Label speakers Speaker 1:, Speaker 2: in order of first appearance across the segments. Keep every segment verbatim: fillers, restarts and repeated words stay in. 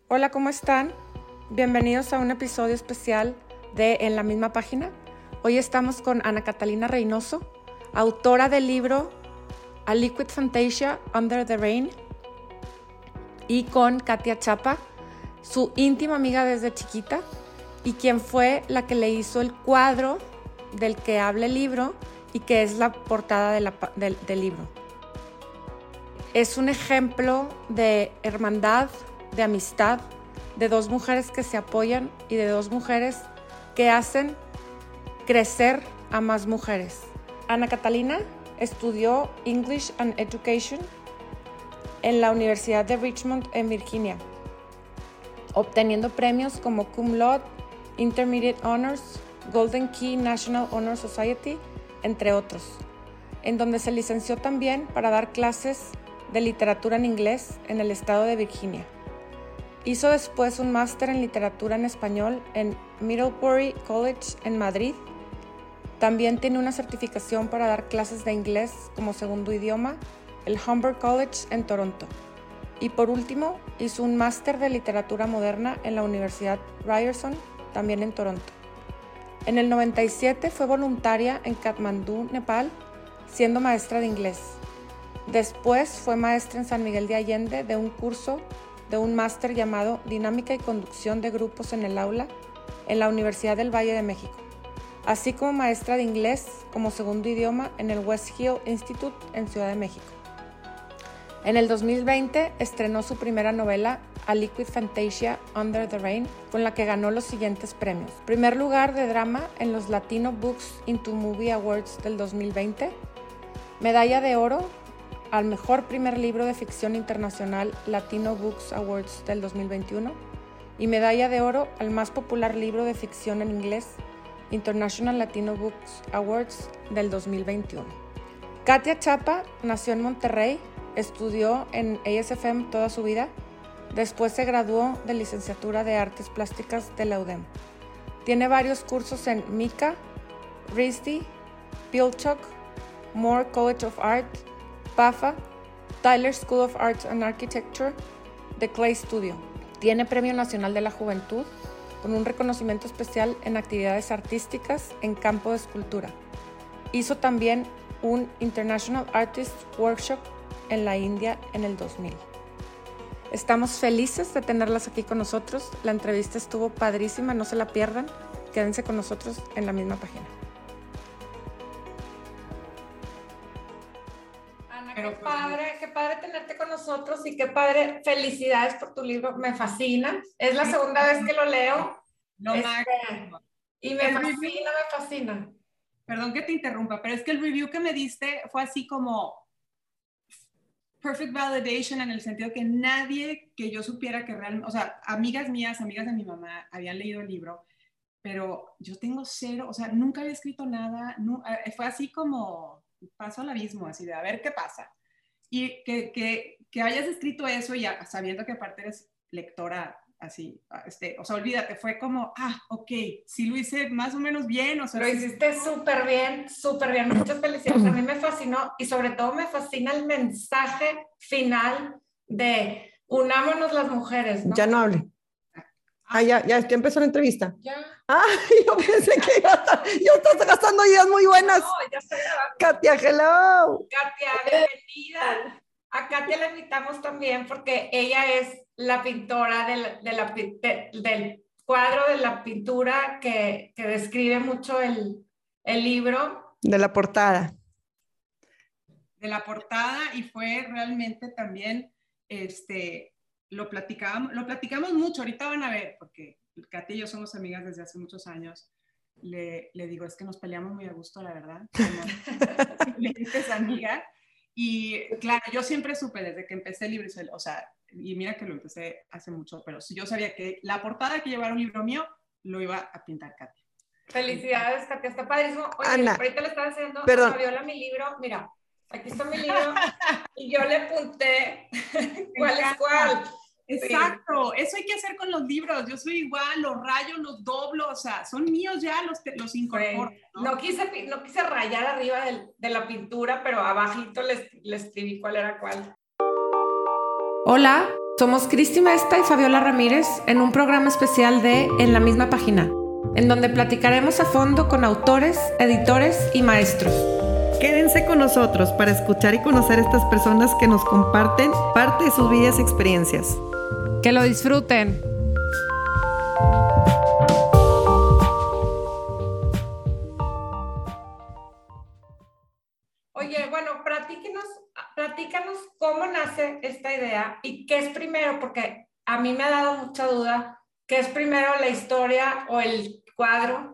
Speaker 1: Hola, ¿cómo están? Bienvenidos a un episodio especial de En la misma página. Hoy estamos con Ana Catalina Reynoso, autora del libro A Liquid Fantasia Under the Rain, y con Katia Chapa, su íntima amiga desde chiquita y quien fue la que le hizo el cuadro del que habla el libro y que es la portada de la, del, del libro. Es un ejemplo de hermandad, de amistad, de dos mujeres que se apoyan y de dos mujeres que hacen crecer a más mujeres. Ana Catalina estudió English and Education en la Universidad de Richmond en Virginia, obteniendo premios como Cum Laude, Intermediate Honors, Golden Key National Honor Society, entre otros, en donde se licenció también para dar clases de literatura en inglés en el estado de Virginia. Hizo después un máster en literatura en español en Middlebury College en Madrid. También tiene una certificación para dar clases de inglés como segundo idioma, el Humber College en Toronto. Y por último, hizo un máster de literatura moderna en la Universidad Ryerson, también en Toronto. En el noventa y siete fue voluntaria en Katmandú, Nepal, siendo maestra de inglés. Después fue maestra en San Miguel de Allende de un curso de un máster llamado Dinámica y Conducción de Grupos en el Aula en la Universidad del Valle de México, así como maestra de inglés como segundo idioma en el West Hill Institute en Ciudad de México. En el dos mil veinte estrenó su primera novela, A Liquid Fantasia Under the Rain, con la que ganó los siguientes premios. Primer lugar de drama en los Latino Books into Movie Awards del dos mil veinte, medalla de oro al mejor primer libro de ficción internacional Latino Books Awards del dos mil veintiuno y medalla de oro al más popular libro de ficción en inglés International Latino Books Awards del dos mil veintiuno. Katia Chapa nació en Monterrey, estudió en A S F M toda su vida, después se graduó de licenciatura de Artes Plásticas de la U D E M. Tiene varios cursos en MICA, R I S D, Pilchuck, Moore College of Art, P A F A, Tyler School of Arts and Architecture, The Clay Studio. Tiene Premio Nacional de la Juventud con un reconocimiento especial en actividades artísticas en campo de escultura. Hizo también un International Artist Workshop en la India en el dos mil. Estamos felices de tenerlas aquí con nosotros. La entrevista estuvo padrísima, no se la pierdan. Quédense con nosotros en la misma página. Qué padre, qué padre tenerte con nosotros y qué padre, felicidades por tu libro, me fascina, es la segunda vez que lo leo,
Speaker 2: no,
Speaker 1: este, y me
Speaker 2: el
Speaker 1: fascina,
Speaker 2: review,
Speaker 1: me fascina.
Speaker 2: Perdón que te interrumpa, pero es que el review que me diste fue así como perfect validation en el sentido que nadie que yo supiera que realmente, o sea, amigas mías, amigas de mi mamá habían leído el libro, pero yo tengo cero, o sea, nunca había escrito nada, no, fue así como paso al abismo, así de a ver qué pasa. Y que, que, que hayas escrito eso y ya, sabiendo que aparte eres lectora así, este, o sea, olvídate, fue como, ah, ok, sí lo hice más o menos bien. O sea,
Speaker 1: lo
Speaker 2: sí,
Speaker 1: hiciste súper bien, súper bien, muchas felicidades, a mí me fascinó y sobre todo me fascina el mensaje final de unámonos las mujeres, ¿no?
Speaker 3: Ya no hable. Ah, ya, ya, ya empezó la entrevista.
Speaker 1: Ya.
Speaker 3: Ah, yo pensé que iba a estar, yo estás gastando ideas muy buenas.
Speaker 1: No, ya estoy grabando.
Speaker 3: Katia, hello.
Speaker 1: Katia, bienvenida. A Katia la invitamos también porque ella es la pintora de la, de la, de, del cuadro de la pintura que, que describe mucho el, el libro.
Speaker 3: De la portada.
Speaker 2: De la portada y fue realmente también, este... Lo platicamos, lo platicamos mucho, ahorita van a ver, porque Katia y yo somos amigas desde hace muchos años. Le, le digo, es que nos peleamos muy a gusto, la verdad. Simplemente es amiga. Y claro, yo siempre supe desde que empecé el libro, o sea, y mira que lo empecé hace mucho, pero yo sabía que la portada que llevara un libro mío lo iba a pintar Katia.
Speaker 1: Felicidades, Katia, está padrísimo. Oye,
Speaker 3: Ana,
Speaker 1: ahorita le estaba haciendo
Speaker 3: perdón.
Speaker 1: a Fabiola mi libro, mira, aquí está mi libro y yo le apunté cuál es cuál.
Speaker 2: Exacto, sí. Eso hay que hacer con los libros. Yo soy igual, los rayo, los doblo, o sea, son míos ya, los, los incorporo.
Speaker 1: Sí. ¿no? No, quise, no quise rayar arriba del, de la pintura, pero abajito le, le escribí cuál era cuál. Hola, Somos Cristi Mesta y Fabiola Ramírez en un programa especial de En la misma página, en donde platicaremos a fondo con autores, editores y maestros.
Speaker 3: Quédense con nosotros para escuchar y conocer a estas personas que nos comparten parte de sus vidas y experiencias.
Speaker 1: ¡Que lo disfruten! Oye, bueno, platíquenos, platícanos cómo nace esta idea y qué es primero, porque a mí me ha dado mucha duda, ¿qué es primero, la historia o el cuadro?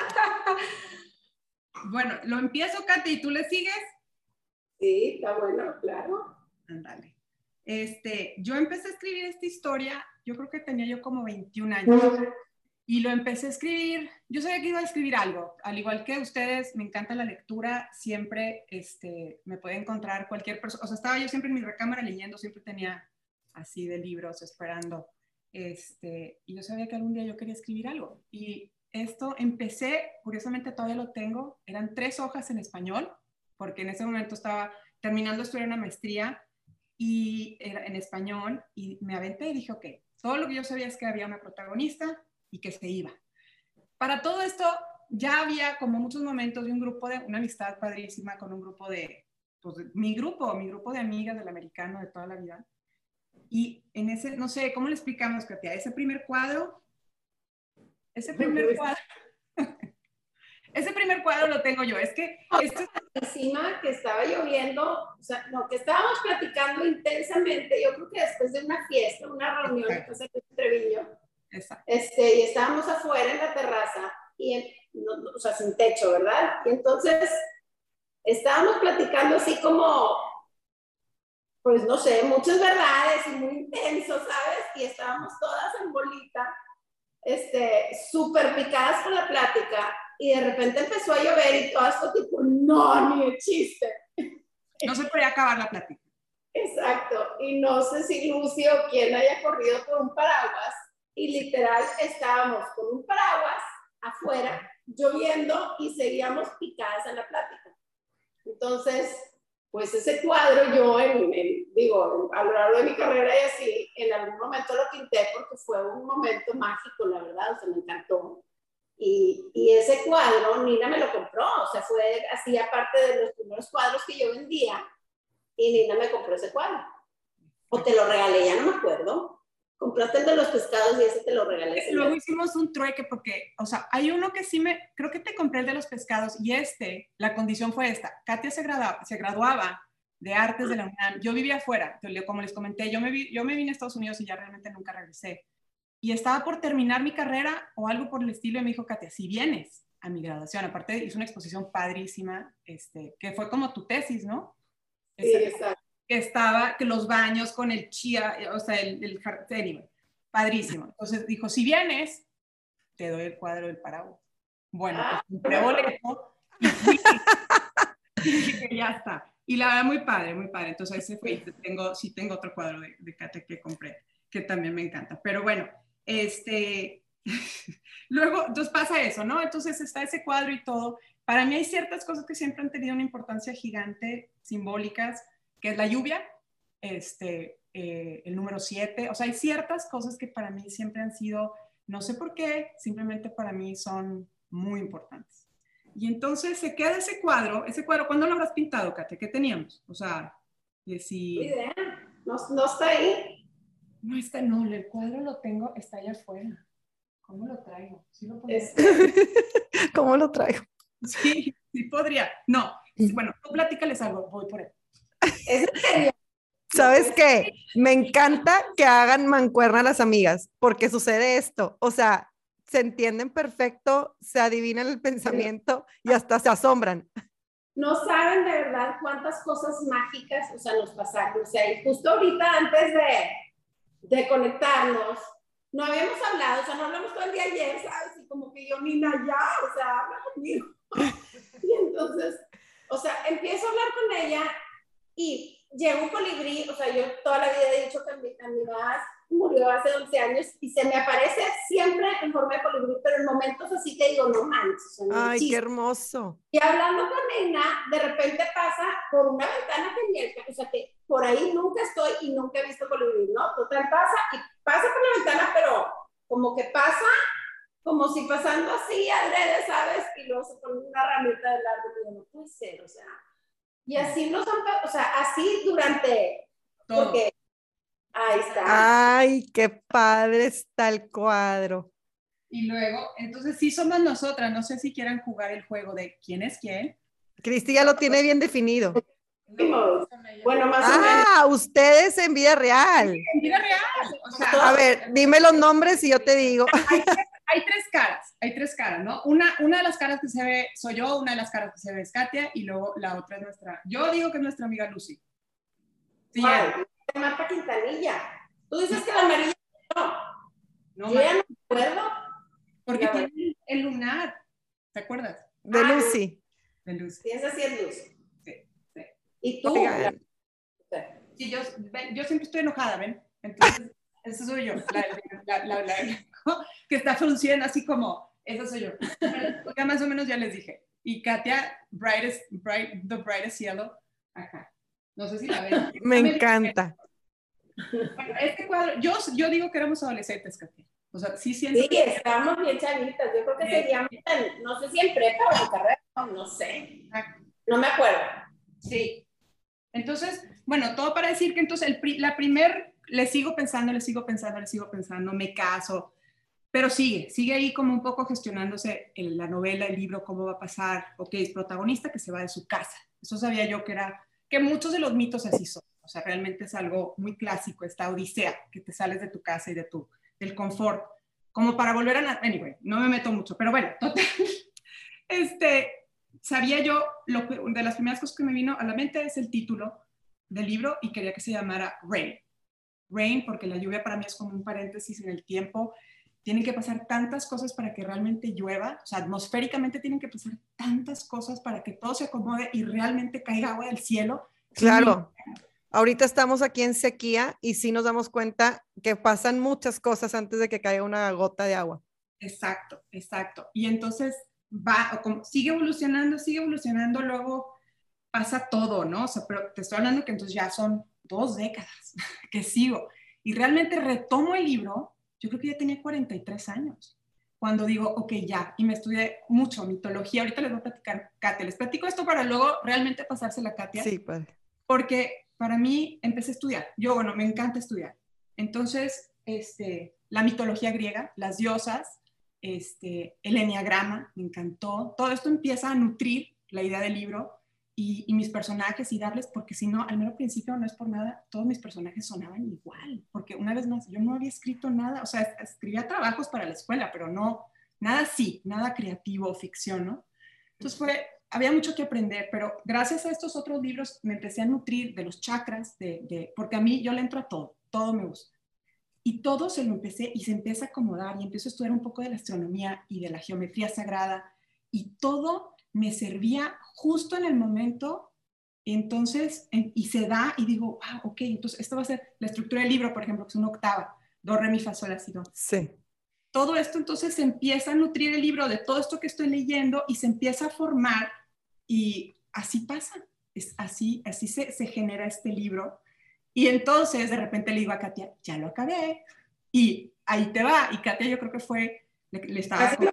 Speaker 2: Bueno, lo empiezo, Katy, ¿y tú le sigues?
Speaker 4: Sí, está bueno, claro.
Speaker 2: Ándale. Este, yo empecé a escribir esta historia, yo creo que tenía yo como veintiún años. Y lo empecé a escribir, yo sabía que iba a escribir algo, al igual que ustedes, me encanta la lectura, siempre este, me puede encontrar cualquier persona, o sea, estaba yo siempre en mi recámara leyendo, siempre tenía así de libros esperando, este, y yo sabía que algún día yo quería escribir algo. Y esto empecé, curiosamente todavía lo tengo, eran tres hojas en español, porque en ese momento estaba terminando de estudiar una maestría y era en español, y me aventé y dije, ok, todo lo que yo sabía es que había una protagonista, y que se iba. Para todo esto ya había como muchos momentos de un grupo de, una amistad padrísima con un grupo de, pues de, mi grupo, mi grupo de amigas del americano de toda la vida. Y en ese, no sé, ¿cómo le explicamos, Katia? Ese primer cuadro, ese primer cuadro, ese primer cuadro lo tengo yo. Es que esto es...
Speaker 4: Encima que estaba lloviendo, o sea, no, que estábamos platicando intensamente, yo creo que después de una fiesta, una reunión en Treviño.
Speaker 2: Exacto.
Speaker 4: Este, y estábamos afuera en la terraza, y en, no, no, o sea, sin techo, ¿verdad? Y entonces estábamos platicando así como, pues no sé, muchas verdades y muy intensos, ¿sabes? Y estábamos todas en bolita, este, súper picadas con la plática, y de repente empezó a llover y todo esto tipo, no, ni de chiste.
Speaker 2: No se podía acabar la plática.
Speaker 4: Exacto, y no sé si Lucio o quien haya corrido por un paraguas, y literal estábamos con un paraguas afuera, lloviendo, y seguíamos picadas en la plática. Entonces, pues ese cuadro yo, en, en, digo, a lo largo de mi carrera y así, en algún momento lo pinté porque fue un momento mágico, la verdad, o sea, me encantó. Y, y ese cuadro Nina me lo compró, o sea, fue así aparte de los primeros cuadros que yo vendía, y Nina me compró ese cuadro. O te lo regalé, ya no me acuerdo. Compraste el de los pescados y ese te lo regalé.
Speaker 2: Luego hicimos un trueque porque, o sea, hay uno que sí me, creo que te compré el de los pescados y este, la condición fue esta. Katia se graduaba, se graduaba de artes de la UNAM. Yo vivía afuera, como les comenté, yo me, vi, yo me vine a Estados Unidos y ya realmente nunca regresé. Y estaba por terminar mi carrera o algo por el estilo y me dijo, Katia, si vienes a mi graduación, aparte hizo una exposición padrísima, este, que fue como tu tesis, ¿no?
Speaker 4: Sí, exacto.
Speaker 2: Que estaba, que los baños con el chía, o sea, el, el anyway, padrísimo. Entonces dijo, si vienes, te doy el cuadro del paraguas. Bueno, pues compré boleto y fui, y dije, ya está. Y la verdad, muy padre, muy padre. Entonces ese fue, tengo, sí tengo otro cuadro de, de Katia que compré, que también me encanta. Pero bueno, este, luego, entonces pasa eso, ¿no? Entonces está ese cuadro y todo. Para mí hay ciertas cosas que siempre han tenido una importancia gigante, simbólicas, que es la lluvia, este, eh, el número siete, o sea, hay ciertas cosas que para mí siempre han sido, no sé por qué, simplemente para mí son muy importantes. Y entonces se queda ese cuadro, ese cuadro, ¿cuándo lo habrás pintado, Katia? ¿Qué teníamos? O sea, si...
Speaker 4: idea, no, no está ahí.
Speaker 2: No está, no, el cuadro lo tengo, está allá afuera. ¿Cómo lo traigo? ¿Sí lo podría?
Speaker 3: Este... ¿Cómo lo traigo?
Speaker 2: Sí, sí podría. No, bueno, tú platícales algo, voy por él.
Speaker 4: ¿Es en serio?
Speaker 3: ¿Sabes qué? Me encanta que hagan mancuerna a las amigas, porque sucede esto, o sea, se entienden perfecto, se adivinan el pensamiento y hasta se asombran.
Speaker 4: No saben de verdad cuántas cosas mágicas, o sea, nos pasaron, o sea, y justo ahorita antes de, de conectarnos, no habíamos hablado, o sea, no hablamos todo el día ayer, ¿sabes? Y como que yo, Nina, ya, o sea, habla conmigo. Y entonces, o sea, empiezo a hablar con ella y llega un colibrí, o sea, yo toda la vida he dicho que a mi, a mi edad murió hace once años y se me aparece siempre en forma de colibrí, pero en momentos así que digo, no manches.
Speaker 3: Ay, qué hermoso.
Speaker 4: Y hablando con Nina, de repente pasa por una ventana que mienta, o sea que por ahí nunca estoy y nunca he visto colibrí, ¿no? Total pasa y pasa por la ventana, pero como que pasa, como si pasando así adrede, ¿sabes? Y luego se pone una ramita del árbol y digo, no puede ser, o sea. Y así nos han, o sea, así durante,
Speaker 2: todo.
Speaker 4: Porque, ahí está.
Speaker 3: Ay, qué padre está el cuadro.
Speaker 2: Y luego, entonces sí somos nosotras, no sé si quieran jugar el juego de quién es quién.
Speaker 3: Cristi ya lo tiene bien definido.
Speaker 4: No, bueno, más o menos.
Speaker 3: Ah, ustedes en vida real.
Speaker 2: En vida real. O sea,
Speaker 3: A ver, dime los nombres y yo te digo.
Speaker 2: hay, hay tres caras, hay tres caras, ¿no? Una, una de las caras que se ve soy yo, una de las caras que se ve es Katia y luego la otra es nuestra, yo digo que es nuestra amiga Lucy. Sí,
Speaker 4: Ay, Marta Quintanilla. Tú dices que la amarilla no.
Speaker 2: no,
Speaker 4: Yo ya no me acuerdo.
Speaker 2: porque
Speaker 4: La
Speaker 2: tiene el lunar, ¿te acuerdas?
Speaker 3: De
Speaker 4: Ah,
Speaker 3: Lucy.
Speaker 2: De Lucy.
Speaker 4: Sí, esa sí es luz.
Speaker 2: Sí, sí.
Speaker 4: ¿Y tú?
Speaker 3: Oigan,
Speaker 2: Sí, yo, ven, yo siempre estoy enojada, ¿ven? Entonces, esa soy yo, la, la, la, la, la que está frunciendo así como, esa soy yo. Ya más o menos ya les dije. Y Katia, brightest, bright, the brightest yellow, acá. No sé si la ven.
Speaker 3: me encanta.
Speaker 2: Bueno, este cuadro, yo, yo digo que éramos adolescentes, Katia. O sea, sí siento
Speaker 4: Sí,
Speaker 2: que...
Speaker 4: estábamos bien chavitas. Yo creo que
Speaker 2: Sí.
Speaker 4: seríamos, en, no sé si en prepa o en carrera, no, no sé. No me acuerdo.
Speaker 2: Sí. Entonces, bueno, todo para decir que entonces el, pri- la primer, le sigo pensando, le sigo pensando, le sigo pensando, me caso, pero sigue, sigue ahí como un poco gestionándose el, la novela, el libro, cómo va a pasar, ok, es protagonista que se va de su casa. Eso sabía yo que era, que muchos de los mitos así son, o sea, realmente es algo muy clásico, esta odisea, que te sales de tu casa y de tu, del confort, como para volver a, anyway, no me meto mucho, pero bueno, total, este... Sabía yo, lo, de las primeras cosas que me vino a la mente es el título del libro y quería que se llamara Rain. Rain, porque la lluvia para mí es como un paréntesis en el tiempo. Tienen que pasar tantas cosas para que realmente llueva, o sea, atmosféricamente tienen que pasar tantas cosas para que todo se acomode y realmente caiga agua del cielo.
Speaker 3: Claro. Ahorita estamos aquí en sequía y sí nos damos cuenta que pasan muchas cosas antes de que caiga una gota de agua.
Speaker 2: Exacto, exacto. Y entonces va, o como, sigue evolucionando, sigue evolucionando, luego pasa todo, ¿no? O sea, pero te estoy hablando que entonces ya son dos décadas que sigo. Y realmente retomo el libro, yo creo que ya tenía cuarenta y tres años, cuando digo, ok, ya, y me estudié mucho mitología. Ahorita les voy a platicar, Katia, les platico esto para luego realmente pasársela a Katia.
Speaker 3: Sí, padre.
Speaker 2: Porque para mí empecé a estudiar. Yo, bueno, me encanta estudiar. Entonces, este, la mitología griega, las diosas, este, el enneagrama, me encantó. Todo esto empieza a nutrir la idea del libro y, y mis personajes y darles, porque si no, al mero principio, no es por nada, todos mis personajes sonaban igual, porque una vez más, yo no había escrito nada, o sea, escribía trabajos para la escuela, pero no, nada así, nada creativo, ficción, ¿no? Entonces fue, había mucho que aprender, pero gracias a estos otros libros me empecé a nutrir de los chakras, de, de, porque a mí yo le entro a todo, todo me gusta. Y todo se lo empecé y se empieza a acomodar y empiezo a estudiar un poco de la astronomía y de la geometría sagrada y todo me servía justo en el momento, entonces, en, y se da y digo, ah, ok, entonces esto va a ser la estructura del libro, por ejemplo, que es una octava, do, re, mi, fa, sol, la, si, do.
Speaker 3: Sí.
Speaker 2: Todo esto entonces se empieza a nutrir el libro de todo esto que estoy leyendo y se empieza a formar y así pasa, es así, así se, se genera este libro. Y entonces de repente le digo a Katia, ya lo acabé. Y ahí te va. Y Katia yo creo que fue, le, le estaba con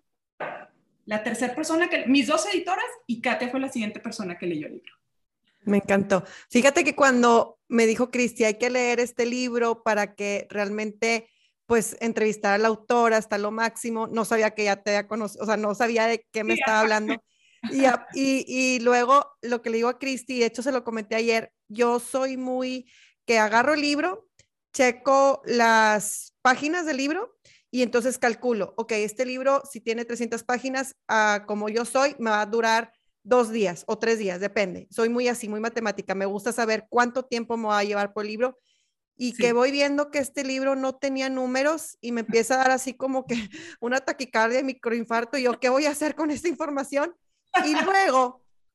Speaker 2: la tercera persona, que mis dos editoras y Katia fue la siguiente persona que leyó el libro.
Speaker 3: Me encantó. Fíjate que cuando me dijo Cristi, hay que leer este libro para que realmente, pues, entrevistar a la autora hasta lo máximo, no sabía que ya te había conocido, o sea, no sabía de qué me sí, estaba hablando. Y, y, y luego lo que le digo a Cristi, de hecho se lo comenté ayer, yo soy muy, que agarro el libro, checo las páginas del libro y entonces calculo, ok, este libro si tiene trescientas páginas, uh, como yo soy, me va a durar dos días o tres días, depende. Soy muy así, muy matemática. Me gusta saber cuánto tiempo me va a llevar por el libro y sí. Que voy viendo que este libro no tenía números y me empieza a dar así como que una taquicardia, microinfarto. Y yo, ¿qué voy a hacer con esta información? Y luego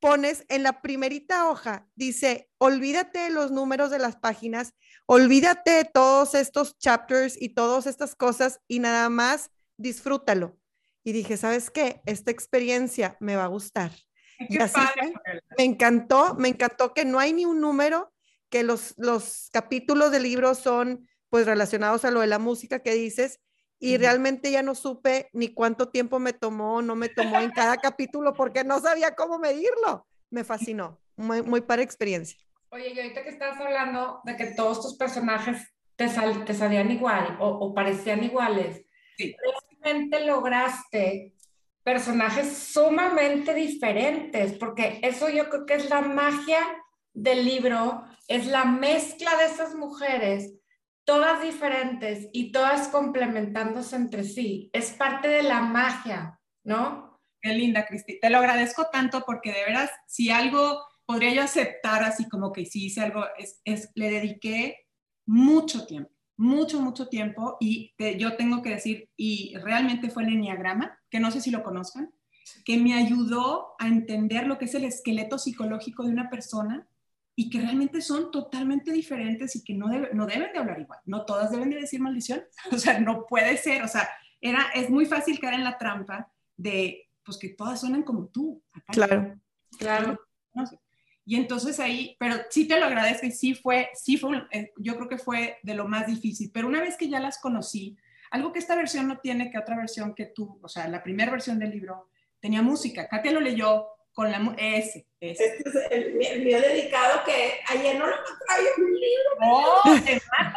Speaker 3: pones en la primerita hoja, dice, olvídate de los números de las páginas, olvídate de todos estos chapters y todas estas cosas y nada más disfrútalo. Y dije, ¿sabes qué? Esta experiencia me va a gustar.
Speaker 2: Qué
Speaker 3: Y así
Speaker 2: padre.
Speaker 3: fue. Me encantó, me encantó que no hay ni un número, que los, los capítulos del libro son pues relacionados a lo de la música que dices, y
Speaker 2: Ujú.
Speaker 3: realmente ya no supe ni cuánto tiempo me tomó o no me tomó en cada capítulo porque no sabía cómo medirlo. Me fascinó, muy, muy para experiencia.
Speaker 1: Oye, y ahorita que estás hablando de que todos tus personajes te, sal, te salían igual o, o parecían iguales,
Speaker 2: Sí.
Speaker 1: realmente lograste personajes sumamente diferentes, porque eso yo creo que es la magia del libro, es la mezcla de esas mujeres, todas diferentes y todas complementándose entre sí. Es parte de la magia, ¿no?
Speaker 2: Qué linda, Cristi. Te lo agradezco tanto porque de veras, si algo podría yo aceptar así como que sí hice algo, es, es le dediqué mucho tiempo, mucho, mucho tiempo y te, yo tengo que decir, y realmente fue el enneagrama, que no sé si lo conozcan, que me ayudó a entender lo que es el esqueleto psicológico de una persona y que realmente son totalmente diferentes y que no, debe, no deben de hablar igual, no todas deben de decir maldición, o sea, no puede ser, o sea, era, es muy fácil caer en la trampa de, pues que todas suenan como tú. Acá
Speaker 3: Claro.
Speaker 1: Claro.
Speaker 2: No sé. Y entonces ahí, pero sí te lo agradezco y sí fue, sí fue, yo creo que fue de lo más difícil, pero una vez que ya las conocí, algo que esta versión no tiene que otra versión que tú, o sea, la primera versión del libro tenía música, Katia lo leyó con la, ese, ese.
Speaker 4: Este es el, el mío dedicado que ayer no lo traía un libro.
Speaker 2: ¡Oh, te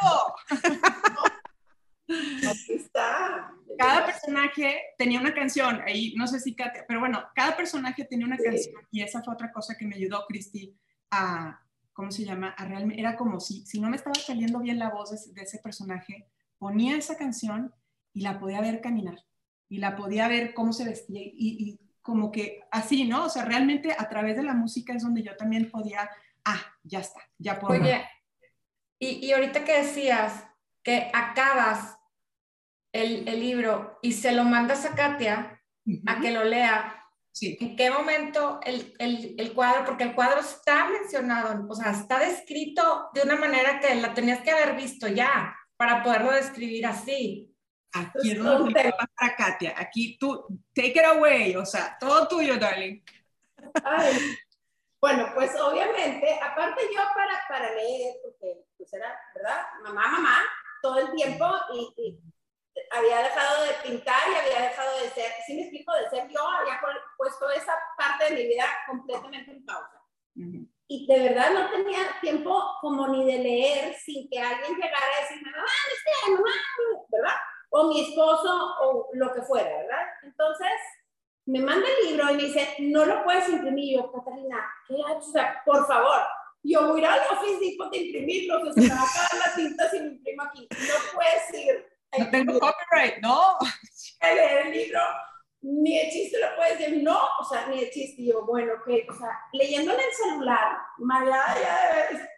Speaker 2: mato!
Speaker 4: Aquí está.
Speaker 2: Cada personaje tenía una canción, ahí no sé si Katia, pero bueno, cada personaje tenía una sí. canción y esa fue otra cosa que me ayudó Cristi a, ¿cómo se llama? A realmente, era como si, si no me estaba saliendo bien la voz de, de ese personaje, ponía esa canción y la podía ver caminar y la podía ver cómo se vestía y, y como que así, ¿no? O sea, realmente a través de la música es donde yo también podía, ah, ya está, ya puedo.
Speaker 1: Oye, y, y ahorita que decías que acabas El, el libro y se lo mandas a Katia uh-huh. a que lo lea,
Speaker 2: sí.
Speaker 1: ¿en qué momento el, el, el cuadro, porque el cuadro está mencionado, o sea, está descrito de una manera que la tenías que haber visto ya para poderlo describir así?
Speaker 2: Aquí es donde le va para Katia, aquí tú, take it away, o sea, todo tuyo, darling.
Speaker 4: Ay, bueno, pues obviamente, aparte yo para, para leer, porque pues era, ¿verdad? Mamá, mamá, todo el tiempo y, y había dejado de pintar y había dejado de ser, ¿sí me explico? De ser yo, había puesto esa parte de mi vida completamente en pausa. Uh-huh. Y de verdad no tenía tiempo como ni de leer sin que alguien llegara a decirme, mamá, ¿viste? Mamá, ¿verdad? O mi esposo o lo que fuera, ¿verdad? Entonces, me manda el libro y me dice, no lo puedes imprimir. Yo, Catalina, ¿qué haces? O sea, por favor. Yo voy a ir al Office Depot de imprimirlo, o sea, se me va a acabar la tinta si lo imprimo aquí. No puedes ir.
Speaker 2: No tengo copyright, ¿no?
Speaker 4: Leer el libro, ni de chiste lo puedes decir, no, o sea, ni de chiste. Y yo, bueno, que, o sea, leyendo en el celular, mareada ya de ver,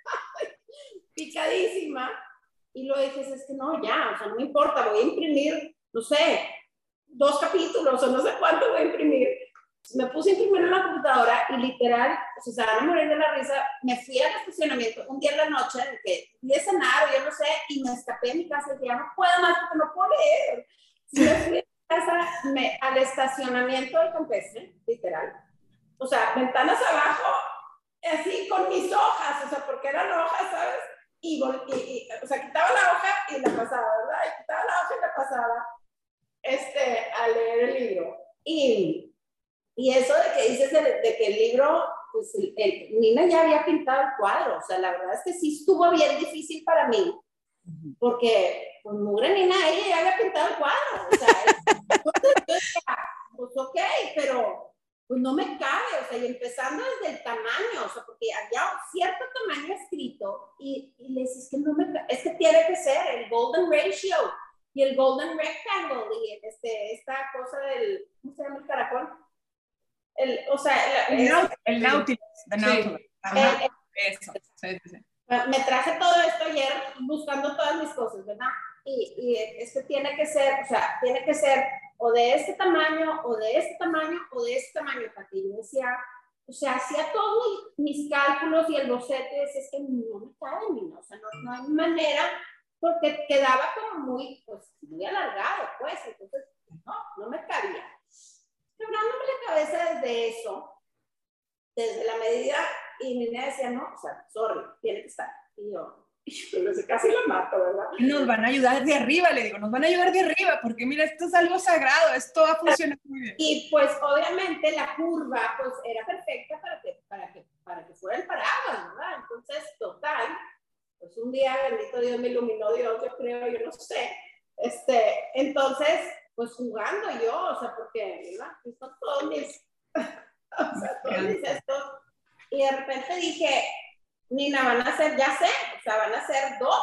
Speaker 4: picadísima, y luego dije, es que no, ya, o sea, no me importa, voy a imprimir, no sé, dos capítulos, o no sé cuánto voy a imprimir. Me puse a imprimir en la computadora y literal, o sea, se van a morir de la risa, me fui al estacionamiento un día en la noche, en que fui a cenar, yo no sé, y me escapé de mi casa y dije, ya no puedo más porque no puedo leer. Si me fui a casa, me, al estacionamiento del campestre, literal. O sea, ventanas abajo, así con mis hojas, o sea, porque eran hojas, ¿sabes? Y, y, y o sea, quitaba la hoja y la pasaba, ¿verdad? Y quitaba la hoja y la pasaba este, a leer el libro. Y... Y eso de que dices de, de que el libro, pues el, el, Nina ya había pintado el cuadro, o sea, la verdad es que sí estuvo bien difícil para mí, porque pues mugre Nina, ella ya había pintado el cuadro, o sea, entonces yo decía, pues ok, pero pues no me cabe, o sea, y empezando desde el tamaño, o sea, porque había cierto tamaño escrito, y, y le dices que no me cabe, es que tiene que ser el golden ratio, y el golden rectangle, y este, esta cosa del, ¿cómo se llama el caracol? El, o sea,
Speaker 2: el, el, el Nautilus, the Nautilus. Sí. Ajá, el, eso. Sí, sí.
Speaker 4: Me traje todo esto ayer buscando todas mis cosas, ¿verdad? Y, y este tiene que ser, o sea, tiene que ser o de este tamaño, o de este tamaño, o de este tamaño, para que yo decía, o sea, hacía todos mis, mis cálculos y el boceto y decía, es que no me cabe, niña, o sea, no, no hay manera, porque quedaba como muy, pues, muy alargado, pues, entonces, no, no me cabía. Quebrándome la cabeza desde eso, desde la medida, y mi niña decía, no, o sea, sorry, tiene que estar. Y yo, pues, casi la mato, ¿verdad?
Speaker 2: Nos van a ayudar de arriba, le digo, nos van a ayudar de arriba, porque mira, esto es algo sagrado, esto va a funcionar muy bien.
Speaker 4: Y pues obviamente la curva pues era perfecta para que, para que, para que fuera el paraguas, ¿verdad? Entonces, total, pues un día, bendito Dios, me iluminó Dios, yo creo, yo no sé. Este, entonces, pues jugando yo, o sea, porque, ¿verdad? Son todos mis, o sea, todos mis estos. Y de repente dije, Nina, van a ser, ya sé, o sea, van a ser dos.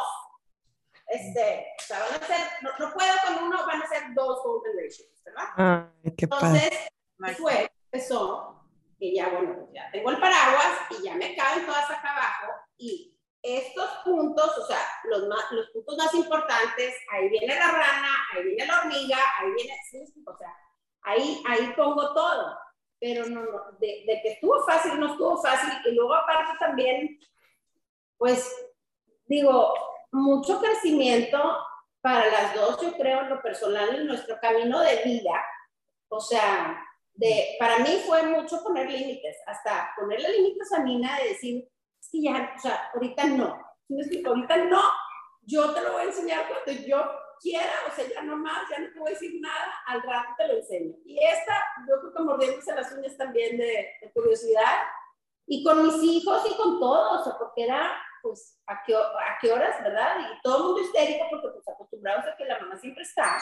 Speaker 4: Este, o sea, van a ser, no, no puedo con uno, van a ser dos golden ratios, ¿verdad?
Speaker 3: Ay, qué
Speaker 4: Entonces,
Speaker 3: padre.
Speaker 4: fue, empezó, y ya, bueno, ya tengo el paraguas y ya me caben todas acá abajo, y estos puntos, o sea, los, más, los puntos más importantes, ahí viene la rana, ahí viene la hormiga, ahí viene, ¿sí? O sea, ahí, ahí pongo todo, pero no, no, de, de que estuvo fácil, no estuvo fácil, y luego aparte también, pues, digo, mucho crecimiento para las dos, yo creo, en lo personal, en nuestro camino de vida. O sea, de, para mí fue mucho poner límites, hasta ponerle límites a Nina de decir, es que ya, o sea, ahorita no. Ahorita no, yo te lo voy a enseñar cuando yo quiera, o sea, ya no más, ya no te voy a decir nada, al rato te lo enseño. Y esta, yo creo que mordiéndose las uñas también de, de curiosidad, y con mis hijos y con todos, o sea, porque era, pues, ¿a qué, a qué horas, verdad? Y todo el mundo histérico, porque pues acostumbrados a que la mamá siempre está,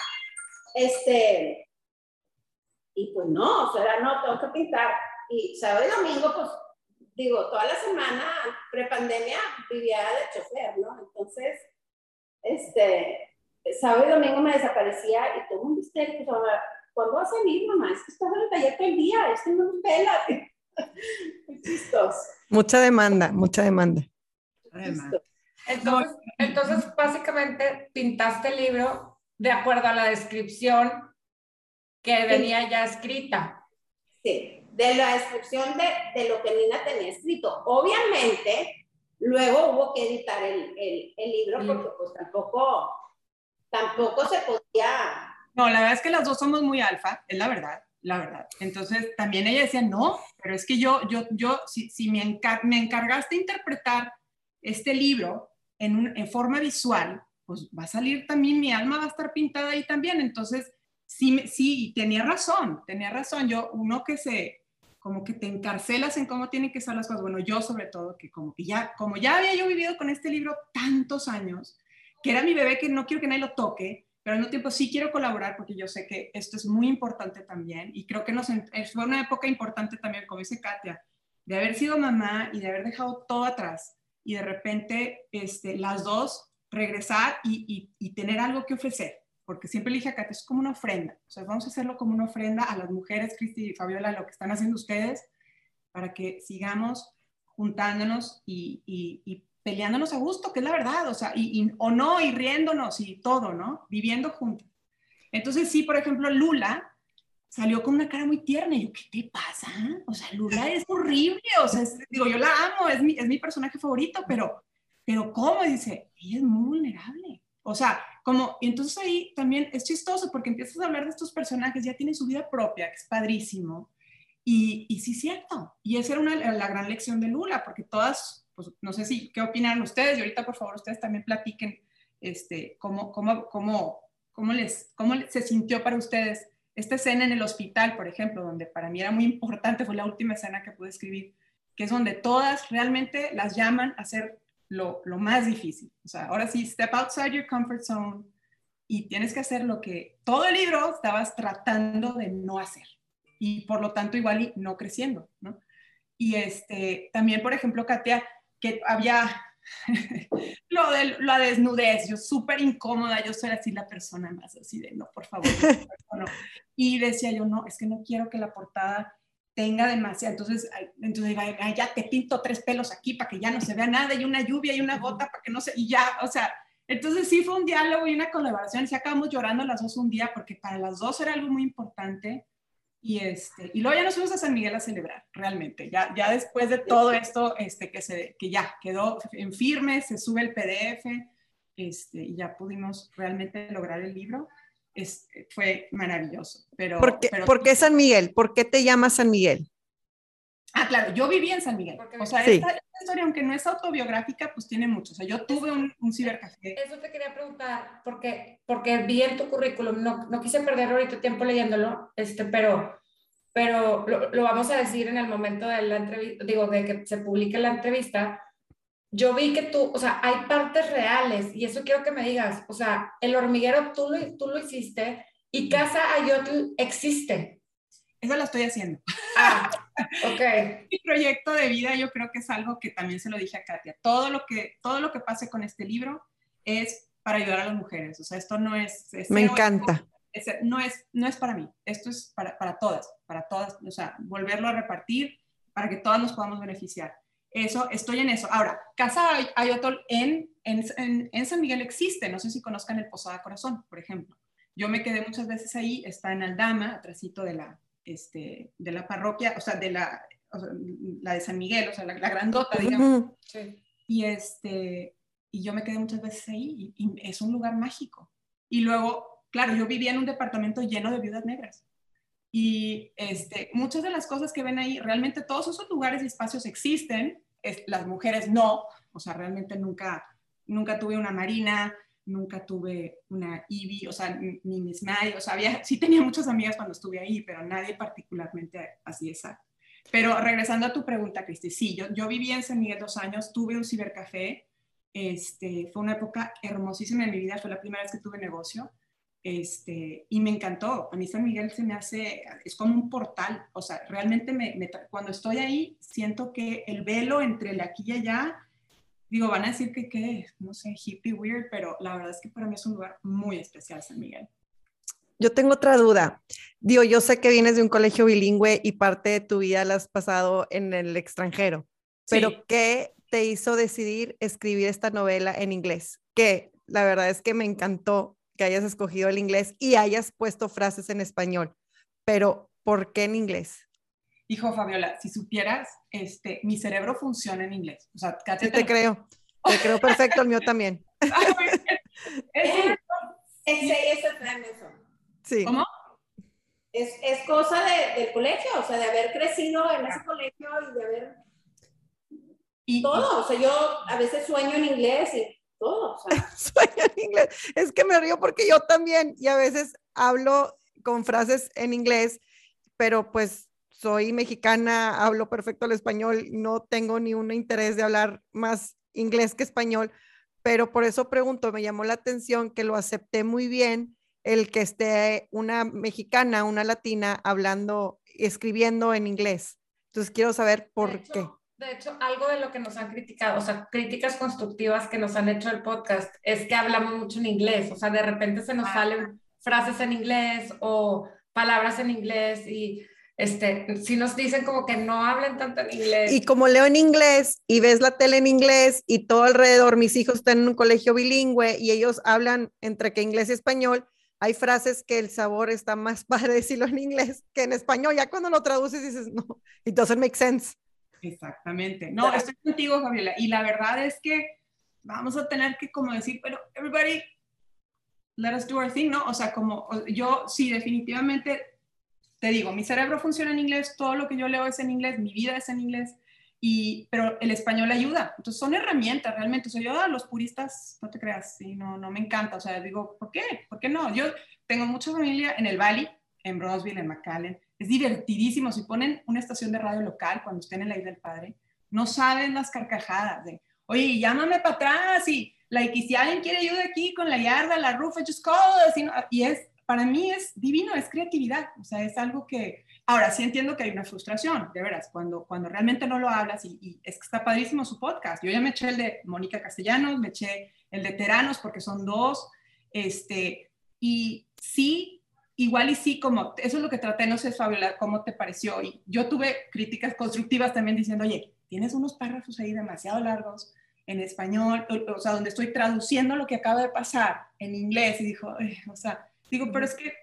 Speaker 4: este, y pues no, o sea, era, no, tengo que pintar, y sábado y domingo, pues, digo, toda la semana, prepandemia, vivía de chofer, ¿no? Entonces, este, sábado y domingo me desaparecía, y todo el mundo histérico, o sea, ¿cuándo vas a venir, mamá? Es que estás en el taller todo el día, es que no me pela. Muy chistoso.
Speaker 3: Mucha demanda, mucha demanda.
Speaker 1: Entonces, entonces, básicamente, pintaste el libro de acuerdo a la descripción que venía ya escrita.
Speaker 4: Sí, de la descripción de, de lo que Nina tenía escrito. Obviamente, luego hubo que editar el, el, el libro sí. Porque pues tampoco, tampoco se podía...
Speaker 2: No, la verdad es que las dos somos muy alfa, es la verdad. La verdad. Entonces, también ella decía, no, pero es que yo, yo, yo, si, si me, encar me encargaste de interpretar este libro en, un, en forma visual, pues va a salir también, mi alma va a estar pintada ahí también. Entonces, sí, sí, tenía razón, tenía razón. Yo, uno que se, como que te encarcelas en cómo tienen que ser las cosas. Bueno, yo sobre todo, que como que ya, como ya había yo vivido con este libro tantos años, que era mi bebé, que no quiero que nadie lo toque, pero al mismo tiempo sí quiero colaborar porque yo sé que esto es muy importante también y creo que nos, fue una época importante también, como dice Katia, de haber sido mamá y de haber dejado todo atrás y de repente este, las dos regresar y, y, y tener algo que ofrecer, porque siempre le dije a Katia, es como una ofrenda, o sea, vamos a hacerlo como una ofrenda a las mujeres, Cristi y Fabiola, lo que están haciendo ustedes, para que sigamos juntándonos y, y, y peleándonos a gusto, que es la verdad, o sea, y, y, o no, y riéndonos y todo, ¿no? Viviendo juntos. Entonces, sí, por ejemplo, Lula salió con una cara muy tierna, y yo, ¿qué te pasa? O sea, Lula es horrible, o sea, es, digo, yo la amo, es mi, es mi personaje favorito, pero, pero ¿cómo? Dice, ella es muy vulnerable. O sea, como, y entonces ahí también es chistoso, porque empiezas a hablar de estos personajes, ya tienen su vida propia, que es padrísimo, y, y sí es cierto, y esa era una, la gran lección de Lula, porque todas... Pues no sé si, ¿qué opinan ustedes? Y ahorita, por favor, ustedes también platiquen este, cómo, cómo, cómo, cómo, les, cómo se sintió para ustedes esta escena en el hospital, por ejemplo, donde para mí era muy importante, fue la última escena que pude escribir, que es donde todas realmente las llaman a hacer lo, lo más difícil. O sea, ahora sí, step outside your comfort zone y tienes que hacer lo que todo el libro estabas tratando de no hacer. Y por lo tanto, igual y no creciendo, ¿no? Y este, también, por ejemplo, Katia, que había lo de la desnudez, yo súper incómoda, yo soy así la persona más así de, no, por favor, no. Y decía yo, no, es que no quiero que la portada tenga demasiado, entonces, entonces ay, ya te pinto tres pelos aquí para que ya no se vea nada, y una lluvia y una gota para que no se, y ya, o sea, entonces sí fue un diálogo y una colaboración, y sí acabamos llorando las dos un día, porque para las dos era algo muy importante, Y, este, y luego ya nos fuimos a San Miguel a celebrar, realmente. Ya, ya después de todo esto, este, que, se, que ya quedó en firme, se sube el P D F, este, y ya pudimos realmente lograr el libro. Es, fue maravilloso. Pero,
Speaker 3: ¿Por qué,
Speaker 2: pero,
Speaker 3: ¿Por qué San Miguel? ¿Por qué te llamas San Miguel?
Speaker 2: Ah, claro, yo viví en San Miguel. O sea,
Speaker 3: sí.
Speaker 2: esta, esta historia, aunque no es autobiográfica, pues tiene mucho. O sea, yo tuve un, un cibercafé.
Speaker 1: Eso te quería preguntar, porque, porque vi en tu currículum, no, no quise perder ahorita tiempo leyéndolo, este, pero, pero lo, lo vamos a decir en el momento de la entrevista, digo, de que se publique la entrevista. Yo vi que tú, o sea, hay partes reales, y eso quiero que me digas, o sea, el hormiguero tú lo, tú lo hiciste, y Casa Ayotl existe.
Speaker 2: Eso lo estoy haciendo.
Speaker 1: Ah, ok.
Speaker 2: Mi proyecto de vida, yo creo que es algo que también se lo dije a Katia. Todo lo que, todo lo que pase con este libro es para ayudar a las mujeres. O sea, esto no es... es
Speaker 3: Me encanta.
Speaker 2: Es, no, es, no es para mí. Esto es para, para todas, para todas. O sea, volverlo a repartir para que todas nos podamos beneficiar. Eso, estoy en eso. Ahora, Casa Ayotl en, en, en, en San Miguel existe. No sé si conozcan el Posada Corazón, por ejemplo. Yo me quedé muchas veces ahí. Está en Aldama, atrásito de la... Este, de la parroquia, o sea, de la, o sea, la de San Miguel, o sea, la, la grandota, digamos. Uh-huh. Sí. Y, este, y yo me quedé muchas veces ahí, y, y es un lugar mágico. Y luego, claro, yo vivía en un departamento lleno de viudas negras. Y este, muchas de las cosas que ven ahí, realmente todos esos lugares y espacios existen, es, las mujeres no, o sea, realmente nunca, nunca tuve una marina, nunca tuve una Ivy, o sea, ni, ni Miss May, o sea, había, sí tenía muchas amigas cuando estuve ahí, pero nadie particularmente así exacto. Pero regresando a tu pregunta, Cristi, sí, yo, yo viví en San Miguel dos años, tuve un cibercafé, este, fue una época hermosísima en mi vida, fue la primera vez que tuve negocio, este, y me encantó. A mí San Miguel se me hace, es como un portal, o sea, realmente me, me, cuando estoy ahí, siento que el velo entre el aquí y allá, digo, van a decir que, que, no sé, hippie, weird, pero la verdad es que para mí es un lugar muy especial, San Miguel.
Speaker 3: Yo tengo otra duda. Digo, yo sé que vienes de un colegio bilingüe y parte de tu vida la has pasado en el extranjero, pero sí. ¿Qué te hizo decidir escribir esta novela en inglés? Que la verdad es que me encantó que hayas escogido el inglés y hayas puesto frases en español, pero ¿por qué en inglés?
Speaker 2: Hijo, Fabiola, si supieras, este, mi cerebro funciona en inglés. O sea,
Speaker 3: sí, te creo. Te creo perfecto, el mío también.
Speaker 4: Es eso.
Speaker 3: Sí.
Speaker 2: ¿Cómo?
Speaker 4: Es, es cosa de, del colegio, o sea, de haber crecido en ese colegio y de haber... Y, todo, o sea, yo a veces sueño en inglés y todo, o sea.
Speaker 3: Sueño en inglés. Es que me río porque yo también, y a veces hablo con frases en inglés, pero pues soy mexicana, hablo perfecto el español, no tengo ni un interés de hablar más inglés que español, pero por eso pregunto, me llamó la atención que lo acepté muy bien, el que esté una mexicana, una latina, hablando, escribiendo en inglés. Entonces quiero saber por
Speaker 1: de hecho,
Speaker 3: qué.
Speaker 1: De hecho, algo de lo que nos han criticado, o sea, críticas constructivas que nos han hecho el podcast, es que hablamos mucho en inglés, o sea, de repente se nos salen frases en inglés o palabras en inglés y este, si nos dicen como que no hablen tanto en inglés.
Speaker 3: Y como leo en inglés y ves la tele en inglés y todo alrededor, mis hijos están en un colegio bilingüe y ellos hablan entre que inglés y español, hay frases que el sabor está más padre decirlo en inglés que en español. Ya cuando lo traduces dices, no, it doesn't make sense.
Speaker 2: Exactamente. No, estoy contigo, Fabiola. Y la verdad es que vamos a tener que como decir, pero everybody, let us do our thing, ¿no? O sea, como yo sí, definitivamente, te digo, mi cerebro funciona en inglés, todo lo que yo leo es en inglés, mi vida es en inglés, y, pero el español ayuda. Entonces son herramientas realmente. O sea, yo a los puristas, no te creas, sí, no, no me encanta. O sea, digo, ¿por qué? ¿Por qué no? Yo tengo mucha familia en el Valley, en Bronzeville, en McAllen. Es divertidísimo. Si ponen una estación de radio local cuando estén en la Isla del Padre, no saben las carcajadas de, oye, llámame para atrás y, like, y si alguien quiere ayuda aquí con la yarda, la rufa, just call us. Y, no, y es, para mí es divino, es creatividad. O sea, es algo que, ahora sí entiendo que hay una frustración, de veras, cuando, cuando realmente no lo hablas y, y es que está padrísimo su podcast. Yo ya me eché el de Mónica Castellanos, me eché el de Teranos porque son dos, este, y sí, igual y sí, como, eso es lo que traté, no sé, Fabiola, ¿cómo te pareció? Y yo tuve críticas constructivas también diciendo, oye, tienes unos párrafos ahí demasiado largos en español, o sea, donde estoy traduciendo lo que acaba de pasar en inglés, y dijo, o sea, digo, pero es que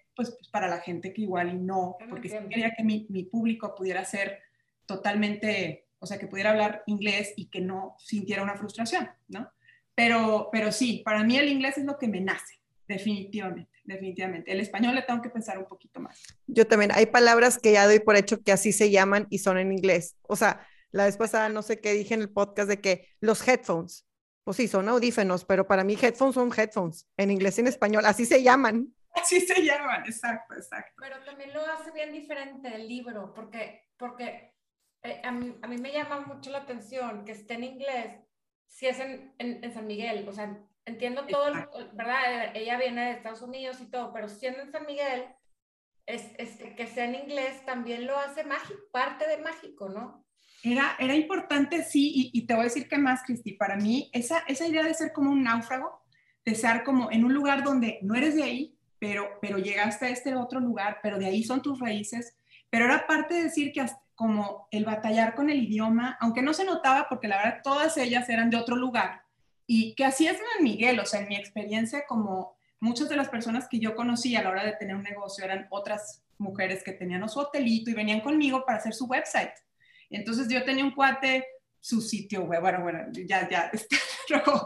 Speaker 2: pues, pues para la gente que igual y no, porque sí quería que mi, mi público pudiera ser totalmente, o sea, que pudiera hablar inglés y que no sintiera una frustración, ¿no? Pero, pero sí, para mí el inglés es lo que me nace, definitivamente, definitivamente. El español le tengo que pensar un poquito más.
Speaker 3: Yo también, hay palabras que ya doy por hecho que así se llaman y son en inglés. O sea, la vez pasada no sé qué dije en el podcast de que los headphones, pues sí, son audífonos, pero para mí headphones son headphones, en inglés y en español, así se llaman.
Speaker 2: Así se llaman, exacto, exacto.
Speaker 1: Pero también lo hace bien diferente el libro, porque, porque eh, a, mí, a mí me llama mucho la atención que esté en inglés, si es en, en, en San Miguel, o sea, entiendo todo, el, ¿verdad? Ella viene de Estados Unidos y todo, pero siendo en San Miguel, es, es, que sea en inglés también lo hace mágico, parte de mágico, ¿no?
Speaker 2: Era, era importante, sí, y, y te voy a decir que más, Cristi, para mí esa, esa idea de ser como un náufrago, de ser como en un lugar donde no eres de ahí, pero, pero llegaste a este otro lugar, pero de ahí son tus raíces, pero era parte de decir que hasta, como el batallar con el idioma, aunque no se notaba porque la verdad todas ellas eran de otro lugar, y que así es San Miguel, o sea, en mi experiencia como muchas de las personas que yo conocí a la hora de tener un negocio eran otras mujeres que tenían su hotelito y venían conmigo para hacer su website. Entonces yo tenía un cuate, su sitio web, bueno, bueno, ya, ya, luego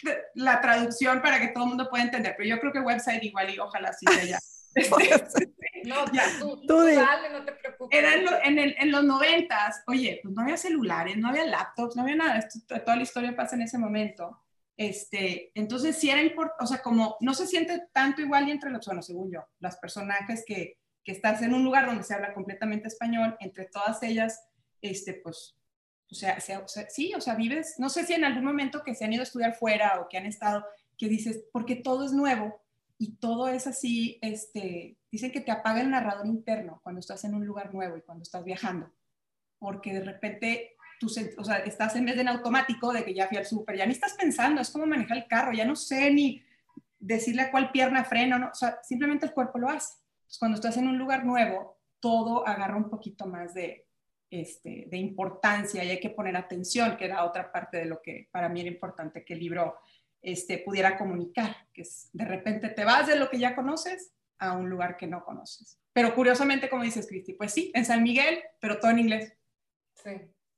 Speaker 2: la traducción para que todo el mundo pueda entender, pero yo creo que website igual y ojalá sí sea ya. Este,
Speaker 1: no, ya, tú, tú, tú dale, no te preocupes.
Speaker 2: Era en, lo, en, el, en los noventas, oye, pues no había celulares, no había laptops, no había nada, esto, toda la historia pasa en ese momento. Este, entonces sí era importante, o sea, como no se siente tanto igual y entre los, bueno, según yo, las personajes que, que estás en un lugar donde se habla completamente español, entre todas ellas, este, pues, o sea, sea, o sea, sí, o sea, vives, no sé si en algún momento que se han ido a estudiar fuera o que han estado, que dices, porque todo es nuevo y todo es así, este, dicen que te apaga el narrador interno cuando estás en un lugar nuevo y cuando estás viajando, porque de repente tú, o sea, estás en vez de en automático de que ya fui al súper, ya ni estás pensando, es como manejar el carro, ya no sé ni decirle a cuál pierna freno, ¿no? O sea, simplemente el cuerpo lo hace. Entonces, cuando estás en un lugar nuevo, todo agarra un poquito más de, este, de importancia y hay que poner atención, que era otra parte de lo que para mí era importante que el libro este, pudiera comunicar, que es, de repente te vas de lo que ya conoces a un lugar que no conoces. Pero curiosamente, como dices, Cristi, pues sí, en San Miguel, pero todo en inglés.
Speaker 1: Sí.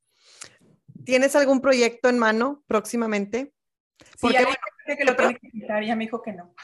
Speaker 3: ¿Tienes algún proyecto en mano próximamente?
Speaker 2: Porque, sí, ya que lo tiene que quitar, ya me dijo que no.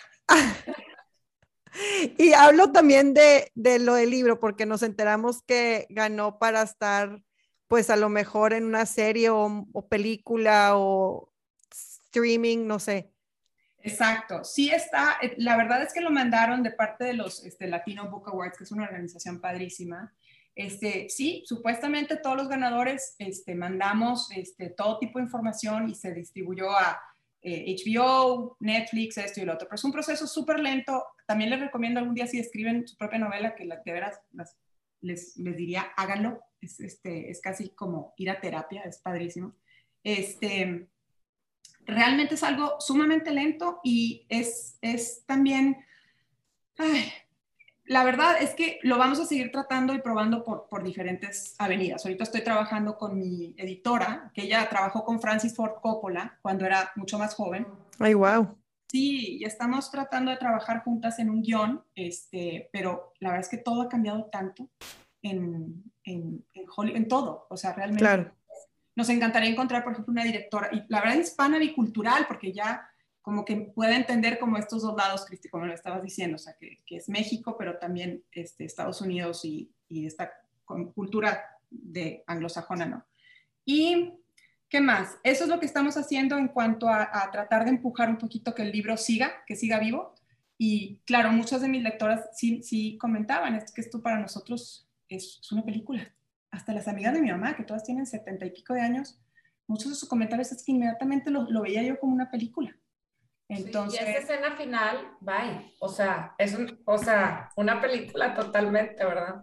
Speaker 3: Y hablo también de, de lo del libro, porque nos enteramos que ganó para estar, pues a lo mejor en una serie o, o película o streaming, no sé.
Speaker 2: Exacto, sí está, la verdad es que lo mandaron de parte de los este, Latino Book Awards, que es una organización padrísima. Este, sí, supuestamente todos los ganadores este, mandamos este, todo tipo de información y se distribuyó a eh, H B O, Netflix, esto y lo otro, pero es un proceso súper lento. También les recomiendo algún día si escriben su propia novela, que la, de veras las, les, les diría, háganlo, es, este, es casi como ir a terapia, es padrísimo. Este, realmente es algo sumamente lento y es, es también... Ay, la verdad es que lo vamos a seguir tratando y probando por, por diferentes avenidas. Ahorita estoy trabajando con mi editora, que ella trabajó con Francis Ford Coppola cuando era mucho más joven.
Speaker 3: Ay, wow.
Speaker 2: Sí, y estamos tratando de trabajar juntas en un guión, este, pero la verdad es que todo ha cambiado tanto en, en, en Hollywood, en todo. O sea, realmente
Speaker 3: claro.
Speaker 2: Nos encantaría encontrar, por ejemplo, una directora, y la verdad hispana bicultural, porque ya como que puede entender como estos dos lados, Cristi, como lo estabas diciendo, o sea, que, que es México, pero también este, Estados Unidos y, y esta cultura de anglosajona, ¿no? Y, ¿qué más? Eso es lo que estamos haciendo en cuanto a, a tratar de empujar un poquito que el libro siga, que siga vivo. Y, claro, muchas de mis lectoras sí, sí comentaban, es que esto para nosotros es, es una película. Hasta las amigas de mi mamá, que todas tienen setenta y pico de años, muchos de sus comentarios es que inmediatamente lo, lo veía yo como una película. Entonces,
Speaker 1: sí, y esa escena final, bye, o sea, es un, o sea, una película totalmente, ¿verdad?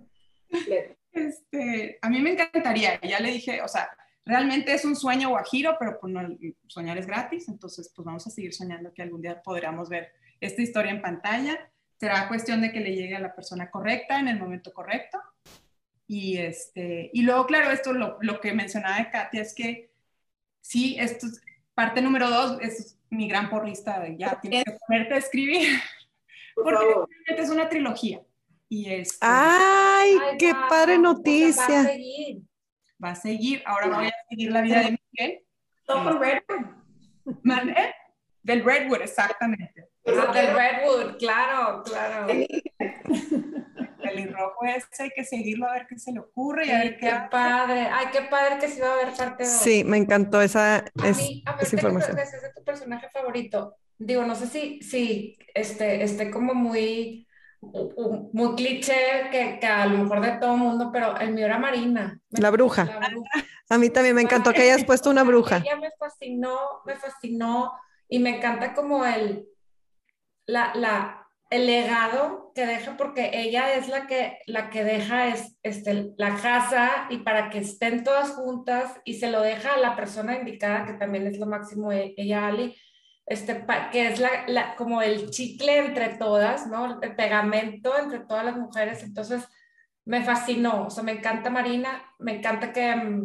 Speaker 2: Este, a mí me encantaría, ya le dije, o sea, realmente es un sueño guajiro, pero pues no, soñar es gratis, entonces pues vamos a seguir soñando que algún día podremos ver esta historia en pantalla. Será cuestión de que le llegue a la persona correcta en el momento correcto. Y, este, y luego, claro, esto lo, lo que mencionaba de Katia es que sí, esto es parte número dos, es mi gran porrista de ya, tienes que ponerte a escribir, porque es una trilogía. y este,
Speaker 3: ¡Ay,
Speaker 1: Ay,
Speaker 3: qué
Speaker 1: guau,
Speaker 3: padre
Speaker 1: o sea, va a
Speaker 3: noticia!
Speaker 1: seguir.
Speaker 2: va a seguir. Ahora voy a seguir la vida de Miguel.
Speaker 4: Todo Redwood.
Speaker 2: ¿Mande? Del Redwood, exactamente.
Speaker 1: Ah, del Redwood, claro, claro.
Speaker 2: El pelirrojo ese hay que seguirlo a ver qué se le ocurre y a
Speaker 1: Sí,
Speaker 2: ver qué
Speaker 1: qué
Speaker 2: hace.
Speaker 1: padre. Ay, qué padre que sí va a haber parte dos.
Speaker 3: Sí, me encantó esa,
Speaker 1: A
Speaker 3: es-
Speaker 1: mí, a ver,
Speaker 3: esa
Speaker 1: ahorita que
Speaker 3: información.
Speaker 1: decías de tu personaje favorito, digo, no sé si, si este, esté como muy, u- u- muy cliché que, que a lo mejor de todo el mundo, pero el mío era Marina. Me-
Speaker 3: La bruja.
Speaker 1: La bruja.
Speaker 3: A mí también me encantó que hayas puesto
Speaker 1: O
Speaker 3: una
Speaker 1: sea,
Speaker 3: bruja.
Speaker 1: ella me fascinó, me fascinó y me encanta como el, la, la, el legado que deja, porque ella es la que, la que deja es, este, la casa y para que estén todas juntas y se lo deja a la persona indicada, que también es lo máximo, e- ella, Ali, este, pa- que es la, la, como el chicle entre todas, ¿no? El pegamento entre todas las mujeres. Entonces, me fascinó, o sea, me encanta Marina, me encanta que, mm,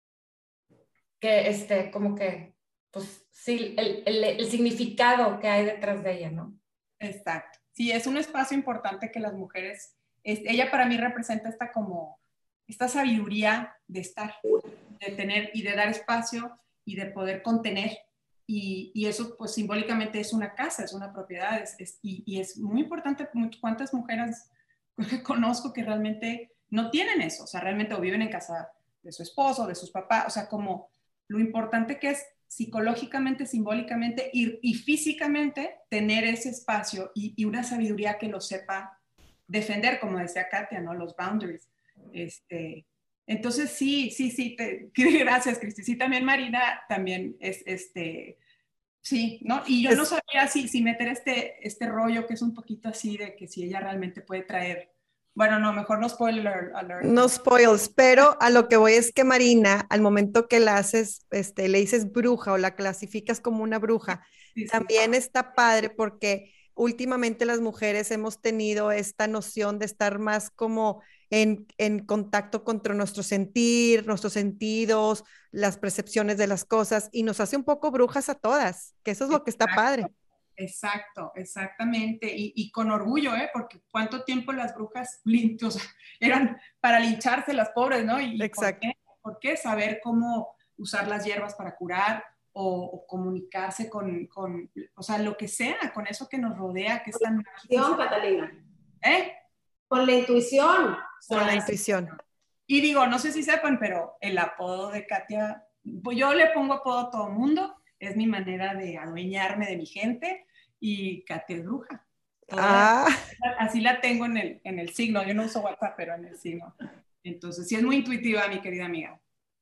Speaker 1: que este, como que, pues sí, el, el, el significado que hay detrás de ella, ¿no?
Speaker 2: Exacto. Sí, es un espacio importante que las mujeres, es, ella para mí representa esta como, esta sabiduría de estar, de tener y de dar espacio y de poder contener. Y, y eso pues simbólicamente es una casa, es una propiedad. Es, es, y, y es muy importante cuántas mujeres que conozco que realmente no tienen eso, o sea, realmente o viven en casa de su esposo, de sus papás, o sea, como lo importante que es psicológicamente, simbólicamente y, y físicamente tener ese espacio y, y una sabiduría que lo sepa defender, como decía Katia, ¿no? Los boundaries. Este, entonces, sí, sí, sí, te, gracias, Cristi. Sí, también Marina, también es, este, sí, ¿no? Y yo
Speaker 3: Es-
Speaker 2: no sabía si, si meter este, este rollo que es un poquito así de que si ella realmente puede traer, bueno, no, mejor no spoiler alert.
Speaker 3: No spoils, pero a lo que voy es que Marina, al momento que la haces, este, le dices bruja o la clasificas como una bruja,
Speaker 2: Sí, sí.
Speaker 3: también está padre porque últimamente las mujeres hemos tenido esta noción de estar más como en, en contacto con nuestro sentir, nuestros sentidos, las percepciones de las cosas y nos hace un poco brujas a todas, que eso es lo que está padre.
Speaker 2: Exacto, exactamente. Y, y con orgullo, ¿eh? Porque cuánto tiempo las brujas lin- o sea, eran para lincharse las pobres, ¿no? ¿Y
Speaker 3: Exacto.
Speaker 2: por qué? ¿Por qué? Saber cómo usar las hierbas para curar o, o comunicarse con, con, o sea, lo que sea, con eso que nos rodea, que es tan
Speaker 4: Intuición,
Speaker 2: mágico.
Speaker 4: Catalina.
Speaker 2: ¿Eh?
Speaker 4: Con la intuición. O sea,
Speaker 3: Con la intuición.
Speaker 2: Y digo, no sé si sepan, pero el apodo de Katia, pues yo le pongo apodo a todo mundo, es mi manera de adueñarme de mi gente y Katia es bruja. Toda,
Speaker 3: Ah,
Speaker 2: así la tengo en el, en el signo, yo no uso WhatsApp, pero en el signo. Entonces, sí es muy intuitiva, mi querida amiga.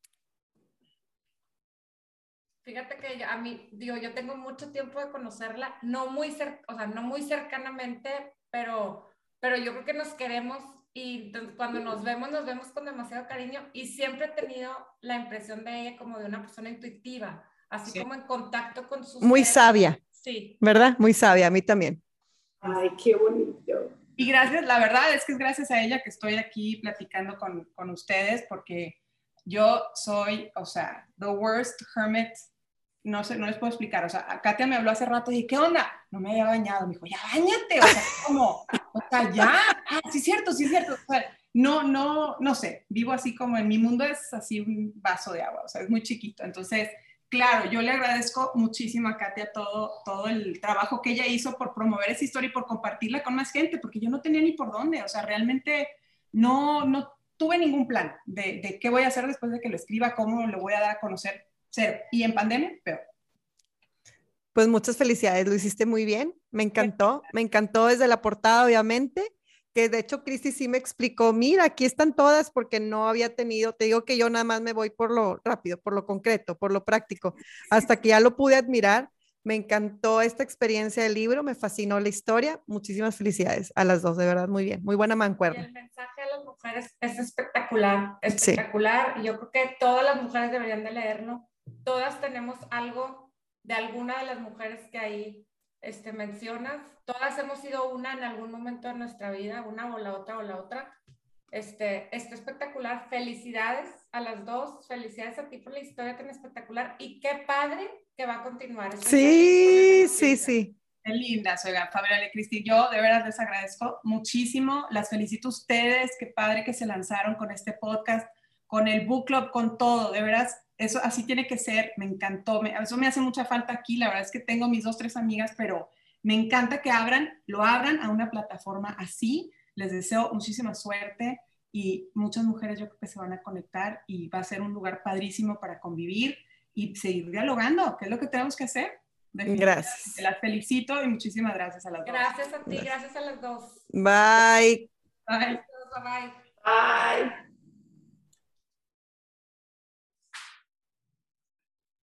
Speaker 1: Fíjate que yo- a mí, digo, yo tengo mucho tiempo de conocerla, no muy, cer o sea, no muy cercanamente, pero, pero yo creo que nos queremos y entonces, cuando nos vemos, nos vemos con demasiado cariño y siempre he tenido la impresión de ella como de una persona intuitiva, así
Speaker 2: Sí.
Speaker 1: como en contacto con sus
Speaker 3: muy
Speaker 1: seres.
Speaker 3: sabia,
Speaker 1: Sí.
Speaker 3: ¿verdad? Muy sabia, a mí también.
Speaker 4: ay, qué bonito.
Speaker 2: Y gracias, la verdad es que es gracias a ella que estoy aquí platicando con, con ustedes, porque yo soy, o sea, the worst hermit, no sé, no les puedo explicar, o sea, Katia me habló hace rato y dije, ¿qué onda? No me había bañado, me dijo, ya bañate, o sea, como, o sea, ya, ah, sí es cierto, sí es cierto, o sea, no, no, no sé, vivo así como en mi mundo es así un vaso de agua, o sea, es muy chiquito, entonces, claro, yo le agradezco muchísimo a Katia todo, todo el trabajo que ella hizo por promover esa historia y por compartirla con más gente, porque yo no tenía ni por dónde, o sea, realmente no, no tuve ningún plan de, de qué voy a hacer después de que lo escriba, cómo lo voy a dar a conocer, cero. Y en pandemia, peor.
Speaker 3: Pues muchas felicidades, lo hiciste muy bien, me encantó, me encantó desde la portada, obviamente, que de hecho Cristi sí me explicó, mira, aquí están todas porque no había tenido, te digo que yo nada más me voy por lo rápido, por lo concreto, por lo práctico, hasta que ya lo pude admirar, me encantó esta experiencia del libro, me fascinó la historia, muchísimas felicidades a las dos, de verdad, muy bien, muy buena
Speaker 1: Y
Speaker 3: mancuerna.
Speaker 1: el mensaje a las mujeres es espectacular,
Speaker 3: Sí,
Speaker 1: espectacular. Y yo creo que todas las mujeres deberían de leerlo. Todas tenemos algo de alguna de las mujeres que ahí este, mencionas. Todas hemos sido una en algún momento de nuestra vida, una o la otra o la otra. Este, está espectacular. Felicidades a las dos. Felicidades a ti por la historia tan espectacular. Y qué padre que va a continuar. Estoy feliz con
Speaker 3: sí,
Speaker 1: esa
Speaker 3: sí,
Speaker 1: noticia.
Speaker 3: sí.
Speaker 2: Qué lindas, oigan, Fabiola y Cristi, yo de verdad les agradezco muchísimo, las felicito a ustedes, qué padre que se lanzaron con este podcast, con el book club, con todo, de verdad, eso así tiene que ser, me encantó, me, eso me hace mucha falta aquí, la verdad es que tengo mis dos, tres amigas, pero me encanta que abran, lo abran a una plataforma así, les deseo muchísima suerte y muchas mujeres yo creo que se van a conectar y va a ser un lugar padrísimo para convivir y seguir dialogando, que es lo que tenemos que hacer.
Speaker 3: Gracias.
Speaker 2: Las felicito y muchísimas gracias a las dos.
Speaker 1: Gracias a ti, gracias, gracias a las dos.
Speaker 3: Bye.
Speaker 2: Bye.
Speaker 1: Bye.
Speaker 4: Bye.